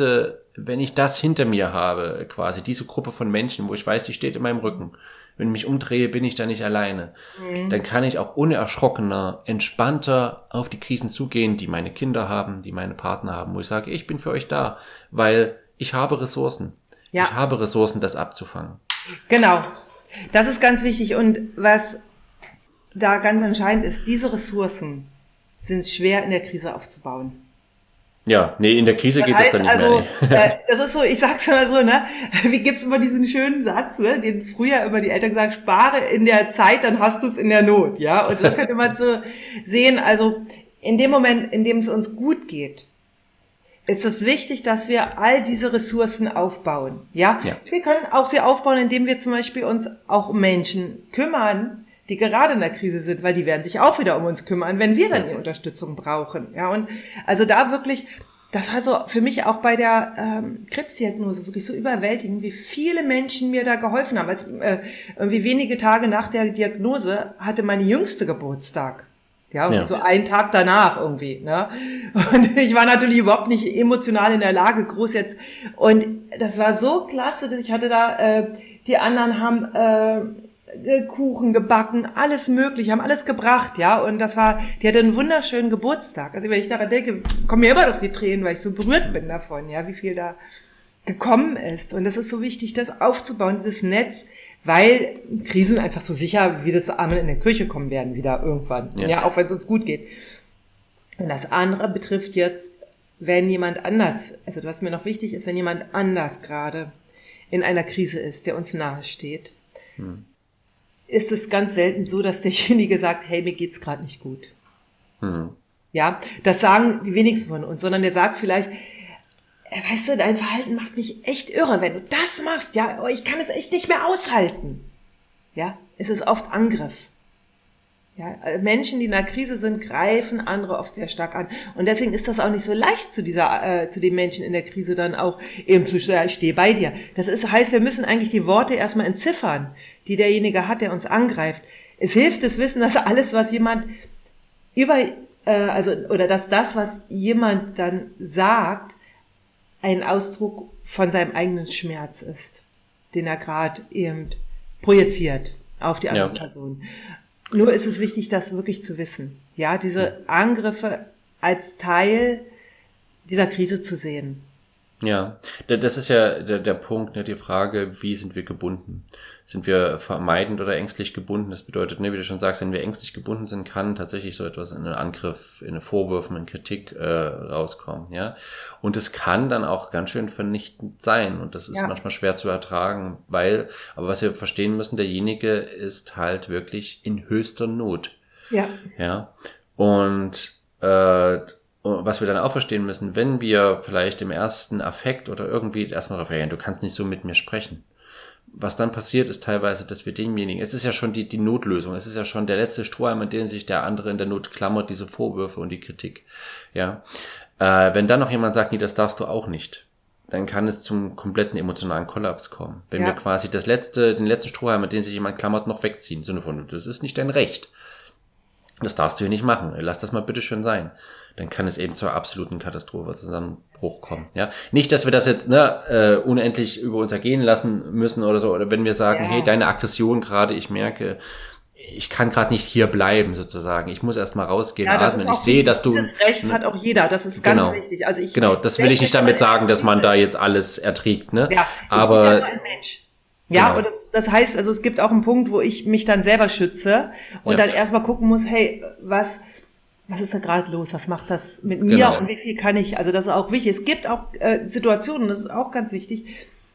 das hinter mir habe, quasi diese Gruppe von Menschen, wo ich weiß, die steht in meinem Rücken, wenn ich mich umdrehe, bin ich da nicht alleine, dann kann ich auch unerschrockener, entspannter auf die Krisen zugehen, die meine Kinder haben, die meine Partner haben, wo ich sage, ich bin für euch da, weil ich habe Ressourcen. Ja. Ich habe Ressourcen, das abzufangen. Genau. Das ist ganz wichtig. Und was da ganz entscheidend ist, diese Ressourcen sind schwer in der Krise aufzubauen. Ja, nee, in der Krise geht es dann nicht mehr. Das ist so, ich sag's immer so, ne? Wie gibt's immer diesen schönen Satz, ne? Den früher immer die Eltern gesagt, spare in der Zeit, dann hast du es in der Not, ja? Und das könnte man so sehen, also in dem Moment, in dem es uns gut geht, ist es wichtig, dass wir all diese Ressourcen aufbauen, ja? Wir können auch sie aufbauen, indem wir zum Beispiel uns auch um Menschen kümmern, die gerade in der Krise sind, weil die werden sich auch wieder um uns kümmern, wenn wir dann die Unterstützung brauchen. Ja, und also da wirklich, das war so für mich auch bei der Krebsdiagnose wirklich so überwältigend, wie viele Menschen mir da geholfen haben. Also irgendwie wenige Tage nach der Diagnose hatte meine Jüngste Geburtstag. Ja, so einen Tag danach irgendwie, ne? Und ich war natürlich überhaupt nicht emotional in der Lage, groß jetzt. Und das war so klasse, dass ich hatte da, die anderen haben Kuchen gebacken, alles mögliche, haben alles gebracht, ja, und die hatte einen wunderschönen Geburtstag. Also wenn ich daran denke, kommen mir immer noch die Tränen, weil ich so berührt bin davon, ja, wie viel da gekommen ist. Und das ist so wichtig, das aufzubauen, dieses Netz, weil Krisen einfach so sicher wie das Amen in der Kirche kommen werden wieder irgendwann, ja auch wenn es uns gut geht. Und das andere betrifft jetzt, wenn jemand anders, also was mir noch wichtig ist, wenn jemand anders gerade in einer Krise ist, der uns nahe steht, ist es ganz selten so, dass derjenige sagt, hey, mir geht's gerade nicht gut. Ja, das sagen die wenigsten von uns, sondern der sagt vielleicht, weißt du, dein Verhalten macht mich echt irre, wenn du das machst, ja, ich kann es echt nicht mehr aushalten. Ja, es ist oft Angriff. Ja, Menschen, die in einer Krise sind, greifen andere oft sehr stark an. Und deswegen ist das auch nicht so leicht zu den Menschen in der Krise dann auch eben zu sagen, ich stehe bei dir. Das heißt, wir müssen eigentlich die Worte erstmal entziffern, die derjenige hat, der uns angreift. Es hilft das Wissen, dass alles, was jemand dass das, was jemand dann sagt, ein Ausdruck von seinem eigenen Schmerz ist, den er gerade eben projiziert auf die andere Person. Nur ist es wichtig, das wirklich zu wissen. Ja, diese Angriffe als Teil dieser Krise zu sehen. Ja, das ist ja der Punkt, ne, die Frage, wie sind wir gebunden? Sind wir vermeidend oder ängstlich gebunden? Das bedeutet, ne, wie du schon sagst, wenn wir ängstlich gebunden sind, kann tatsächlich so etwas in einen Angriff, in eine Vorwürfen, in Kritik rauskommen, ja. Und es kann dann auch ganz schön vernichtend sein und das ist manchmal schwer zu ertragen, aber was wir verstehen müssen, derjenige ist halt wirklich in höchster Not. Ja. Ja. Und was wir dann auch verstehen müssen, wenn wir vielleicht im ersten Affekt oder irgendwie erstmal darauf reagieren, du kannst nicht so mit mir sprechen. Was dann passiert, ist teilweise, dass wir demjenigen, es ist ja schon die Notlösung, es ist ja schon der letzte Strohhalm, an den sich der andere in der Not klammert, diese Vorwürfe und die Kritik. Ja, wenn dann noch jemand sagt, nee, das darfst du auch nicht, dann kann es zum kompletten emotionalen Kollaps kommen. Wenn wir quasi den letzten Strohhalm, an den sich jemand klammert, noch wegziehen, im Sinne von, das ist nicht dein Recht. Das darfst du hier nicht machen. Lass das mal bitteschön sein. Dann kann es eben zur absoluten Katastrophe, Zusammenbruch kommen. Ja, nicht, dass wir das jetzt unendlich über uns ergehen lassen müssen oder so. Oder wenn wir sagen, hey, deine Aggression gerade, ich merke, ich kann gerade nicht hier bleiben sozusagen. Ich muss erst mal rausgehen, atmen. Ich sehe, dass du... Das Recht hat auch jeder. Das ist ganz wichtig. Also das will ich nicht damit sagen, dass man da jetzt alles erträgt. Ne? Ja, aber ich bin ja ein Mensch. Ja, und das heißt, also es gibt auch einen Punkt, wo ich mich dann selber schütze und dann erstmal gucken muss, hey, was ist da gerade los? Was macht das mit mir und wie viel kann ich? Also das ist auch wichtig. Es gibt auch Situationen, das ist auch ganz wichtig,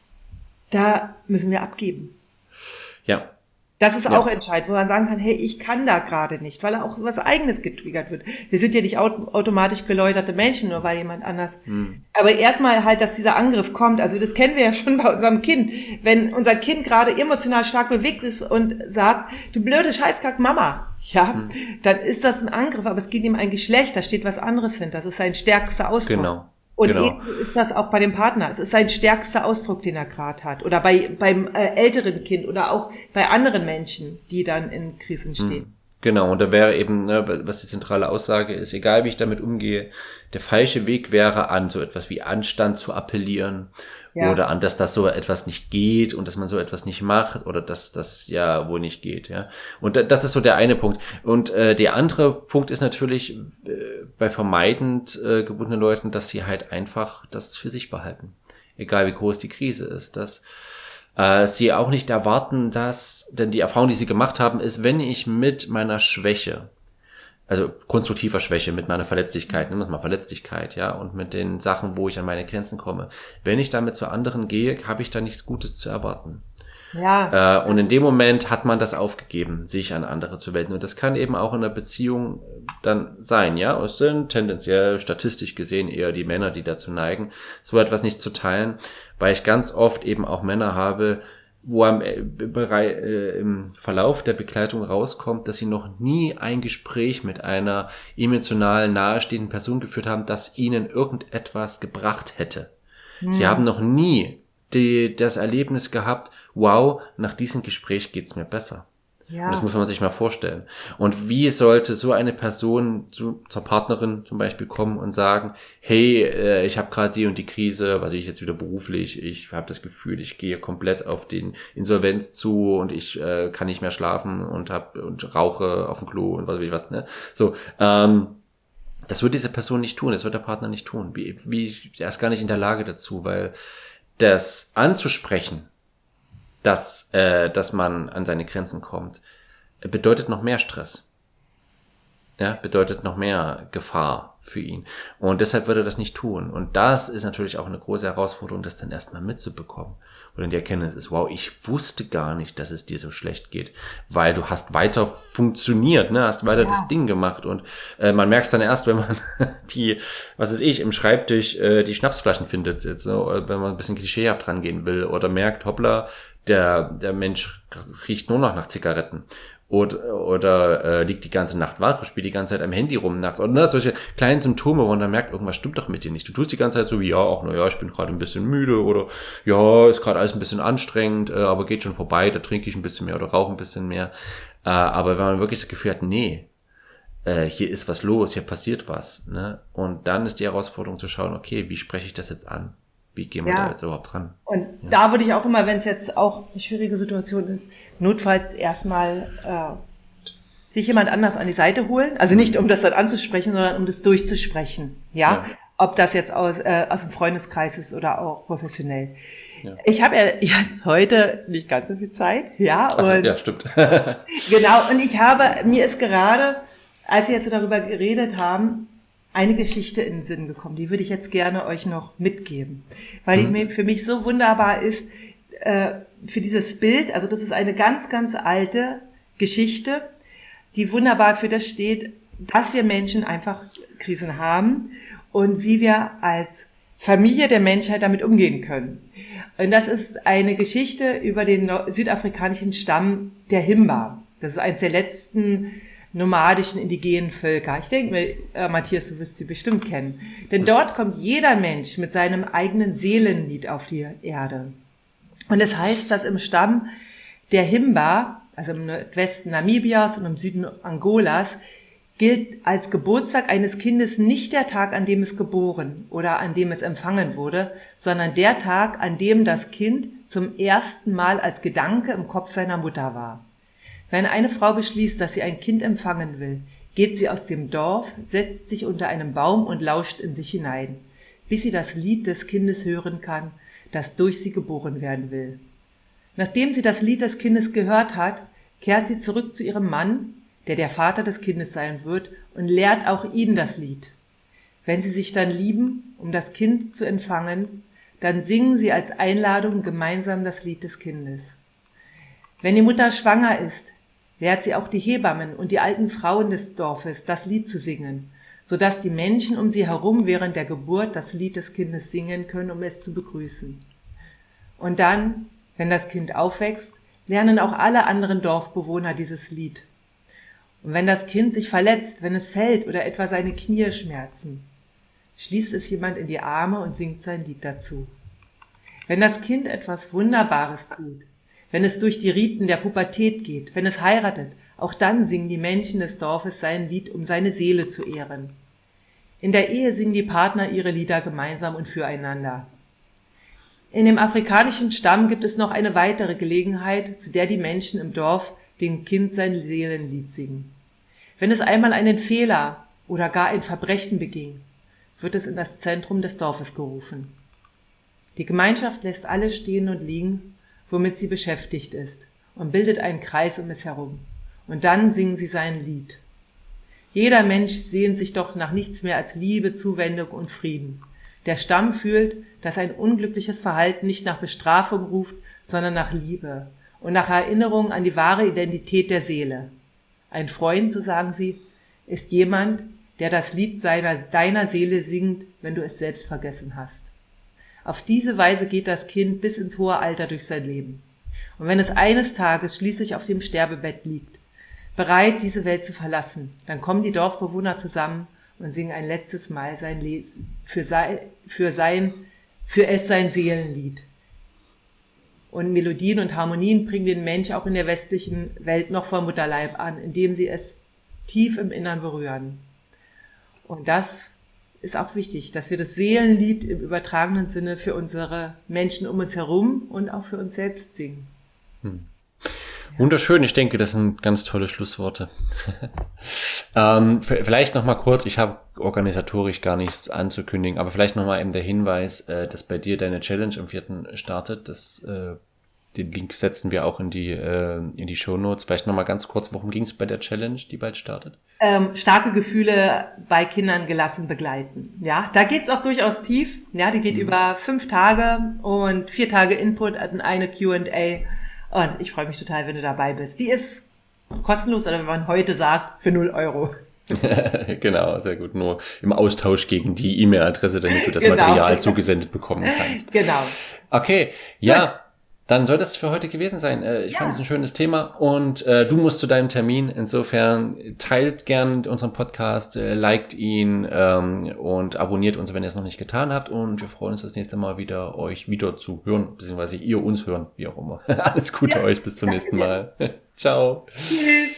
da müssen wir abgeben. Ja. Das ist auch entscheidend, wo man sagen kann, hey, ich kann da gerade nicht, weil auch was Eigenes getriggert wird. Wir sind ja nicht automatisch geläuterte Menschen, nur weil jemand anders. Aber erstmal halt, dass dieser Angriff kommt, also das kennen wir ja schon bei unserem Kind. Wenn unser Kind gerade emotional stark bewegt ist und sagt, du blöde Scheißkack Mama, dann ist das ein Angriff, aber es geht ihm ein Geschlecht, da steht was anderes hinter. Das ist sein stärkster Ausdruck. Genau. Und eben ist das auch bei dem Partner. Es ist sein stärkster Ausdruck, den er gerade hat. Oder beim älteren Kind oder auch bei anderen Menschen, die dann in Krisen stehen. Genau, und da wäre eben, was die zentrale Aussage ist, egal wie ich damit umgehe, der falsche Weg wäre, an so etwas wie Anstand zu appellieren oder an, dass das so etwas nicht geht und dass man so etwas nicht macht oder dass das ja wohl nicht geht. Ja. Und das ist so der eine Punkt. Und der andere Punkt ist natürlich bei vermeidend gebundenen Leuten, dass sie halt einfach das für sich behalten. Egal wie groß die Krise ist, dass sie auch nicht erwarten, denn die Erfahrung, die sie gemacht haben, ist, wenn ich mit meiner Schwäche, also konstruktiver Schwäche, mit meiner Verletzlichkeit, nehmen wir es mal Verletzlichkeit, ja, und mit den Sachen, wo ich an meine Grenzen komme, wenn ich damit zu anderen gehe, habe ich da nichts Gutes zu erwarten. Ja. Und in dem Moment hat man das aufgegeben, sich an andere zu wenden. Und das kann eben auch in einer Beziehung dann sein, ja. Es sind tendenziell statistisch gesehen eher die Männer, die dazu neigen, so etwas nicht zu teilen, weil ich ganz oft eben auch Männer habe, wo im Verlauf der Begleitung rauskommt, dass sie noch nie ein Gespräch mit einer emotional nahestehenden Person geführt haben, das ihnen irgendetwas gebracht hätte. Sie haben noch nie das Erlebnis gehabt, wow, nach diesem Gespräch geht's mir besser. Ja. Und das muss man sich mal vorstellen. Und wie sollte so eine Person zur Partnerin zum Beispiel kommen und sagen, hey, ich habe gerade die und die Krise, was ich jetzt wieder beruflich, ich habe das Gefühl, ich gehe komplett auf den Insolvenz zu und ich kann nicht mehr schlafen und rauche auf dem Klo und was weiß ich was, ne? So, das wird diese Person nicht tun, das wird der Partner nicht tun. Der ist gar nicht in der Lage dazu, weil das anzusprechen, dass man an seine Grenzen kommt, bedeutet noch mehr Stress. Ja, bedeutet noch mehr Gefahr für ihn. Und deshalb würde er das nicht tun. Und das ist natürlich auch eine große Herausforderung, das dann erstmal mitzubekommen. Oder die Erkenntnis ist, wow, ich wusste gar nicht, dass es dir so schlecht geht. Weil du hast weiter funktioniert, ne, hast weiter das Ding gemacht. Und man merkt es dann erst, wenn man im Schreibtisch die Schnapsflaschen findet, jetzt, so, wenn man ein bisschen klischeehaft rangehen will. Oder merkt, hoppla, der Mensch riecht nur noch nach Zigaretten. Oder liegt die ganze Nacht wach, spielt die ganze Zeit am Handy rum nachts. Oder solche kleinen Symptome, wo man dann merkt, irgendwas stimmt doch mit dir nicht. Du tust die ganze Zeit so wie, ich bin gerade ein bisschen müde oder ja, ist gerade alles ein bisschen anstrengend, aber geht schon vorbei, da trinke ich ein bisschen mehr oder rauche ein bisschen mehr. Aber wenn man wirklich das Gefühl hat, nee, hier ist was los, hier passiert was, ne? Und dann ist die Herausforderung zu schauen, okay, wie spreche ich das jetzt an? Wie gehen wir da jetzt überhaupt ran? Und da würde ich auch immer, wenn es jetzt auch eine schwierige Situation ist, notfalls erstmal sich jemand anders an die Seite holen. Also nicht, um das dann anzusprechen, sondern um das durchzusprechen. Ja. ob das jetzt aus dem Freundeskreis ist oder auch professionell. Ja. Ich habe ja jetzt heute nicht ganz so viel Zeit, ja. Und ja, stimmt. genau, und mir ist gerade, als wir jetzt so darüber geredet haben, eine Geschichte in den Sinn gekommen, die würde ich jetzt gerne euch noch mitgeben, weil die für mich so wunderbar ist, für dieses Bild, also das ist eine ganz, ganz alte Geschichte, die wunderbar für das steht, dass wir Menschen einfach Krisen haben und wie wir als Familie der Menschheit damit umgehen können. Und das ist eine Geschichte über den südafrikanischen Stamm der Himba. Das ist eines der letzten nomadischen indigenen Völker. Ich denke mir, Matthias, du wirst sie bestimmt kennen. Denn dort kommt jeder Mensch mit seinem eigenen Seelenlied auf die Erde. Und es heißt, dass im Stamm der Himba, also im Nordwesten Namibias und im Süden Angolas, gilt als Geburtstag eines Kindes nicht der Tag, an dem es geboren oder an dem es empfangen wurde, sondern der Tag, an dem das Kind zum ersten Mal als Gedanke im Kopf seiner Mutter war. Wenn eine Frau beschließt, dass sie ein Kind empfangen will, geht sie aus dem Dorf, setzt sich unter einem Baum und lauscht in sich hinein, bis sie das Lied des Kindes hören kann, das durch sie geboren werden will. Nachdem sie das Lied des Kindes gehört hat, kehrt sie zurück zu ihrem Mann, der der Vater des Kindes sein wird, und lehrt auch ihn das Lied. Wenn sie sich dann lieben, um das Kind zu empfangen, dann singen sie als Einladung gemeinsam das Lied des Kindes. Wenn die Mutter schwanger ist, lehrt sie auch die Hebammen und die alten Frauen des Dorfes, das Lied zu singen, sodass die Menschen um sie herum während der Geburt das Lied des Kindes singen können, um es zu begrüßen. Und dann, wenn das Kind aufwächst, lernen auch alle anderen Dorfbewohner dieses Lied. Und wenn das Kind sich verletzt, wenn es fällt oder etwa seine Knie schmerzen, schließt es jemand in die Arme und singt sein Lied dazu. Wenn das Kind etwas Wunderbares tut, wenn es durch die Riten der Pubertät geht, wenn es heiratet, auch dann singen die Menschen des Dorfes sein Lied, um seine Seele zu ehren. In der Ehe singen die Partner ihre Lieder gemeinsam und füreinander. In dem afrikanischen Stamm gibt es noch eine weitere Gelegenheit, zu der die Menschen im Dorf dem Kind sein Seelenlied singen. Wenn es einmal einen Fehler oder gar ein Verbrechen beging, wird es in das Zentrum des Dorfes gerufen. Die Gemeinschaft lässt alles stehen und liegen, womit sie beschäftigt ist, und bildet einen Kreis um es herum. Und dann singen sie sein Lied. Jeder Mensch sehnt sich doch nach nichts mehr als Liebe, Zuwendung und Frieden. Der Stamm fühlt, dass ein unglückliches Verhalten nicht nach Bestrafung ruft, sondern nach Liebe und nach Erinnerung an die wahre Identität der Seele. Ein Freund, so sagen sie, ist jemand, der das Lied deiner Seele singt, wenn du es selbst vergessen hast. Auf diese Weise geht das Kind bis ins hohe Alter durch sein Leben. Und wenn es eines Tages schließlich auf dem Sterbebett liegt, bereit, diese Welt zu verlassen, dann kommen die Dorfbewohner zusammen und singen ein letztes Mal für es sein Seelenlied. Und Melodien und Harmonien bringen den Mensch auch in der westlichen Welt noch vor Mutterleib an, indem sie es tief im Innern berühren. Und das ist auch wichtig, dass wir das Seelenlied im übertragenen Sinne für unsere Menschen um uns herum und auch für uns selbst singen. Wunderschön, ich denke, das sind ganz tolle Schlussworte. Vielleicht noch mal kurz, ich habe organisatorisch gar nichts anzukündigen, aber vielleicht noch mal eben der Hinweis, dass bei dir deine Challenge am 4. startet. Den Link setzen wir auch in die Shownotes. Vielleicht noch mal ganz kurz, worum ging es bei der Challenge, die bald startet? Starke Gefühle bei Kindern gelassen begleiten. Ja, da geht's auch durchaus tief. Ja, die geht über 5 Tage und 4 Tage Input und eine Q&A. Und ich freue mich total, wenn du dabei bist. Die ist kostenlos, oder wenn man heute sagt, für 0 Euro. Genau, sehr gut. Nur im Austausch gegen die E-Mail-Adresse, damit du das Material zugesendet bekommen kannst. Genau. Okay, ja. Gut. Dann soll das für heute gewesen sein. Ich fand es ein schönes Thema und du musst zu deinem Termin. Insofern teilt gern unseren Podcast, liked ihn und abonniert uns, wenn ihr es noch nicht getan habt. Und wir freuen uns das nächste Mal wieder, euch wieder zu hören, beziehungsweise ihr uns hören, wie auch immer. Alles Gute euch, bis zum nächsten Mal. Ciao. Tschüss.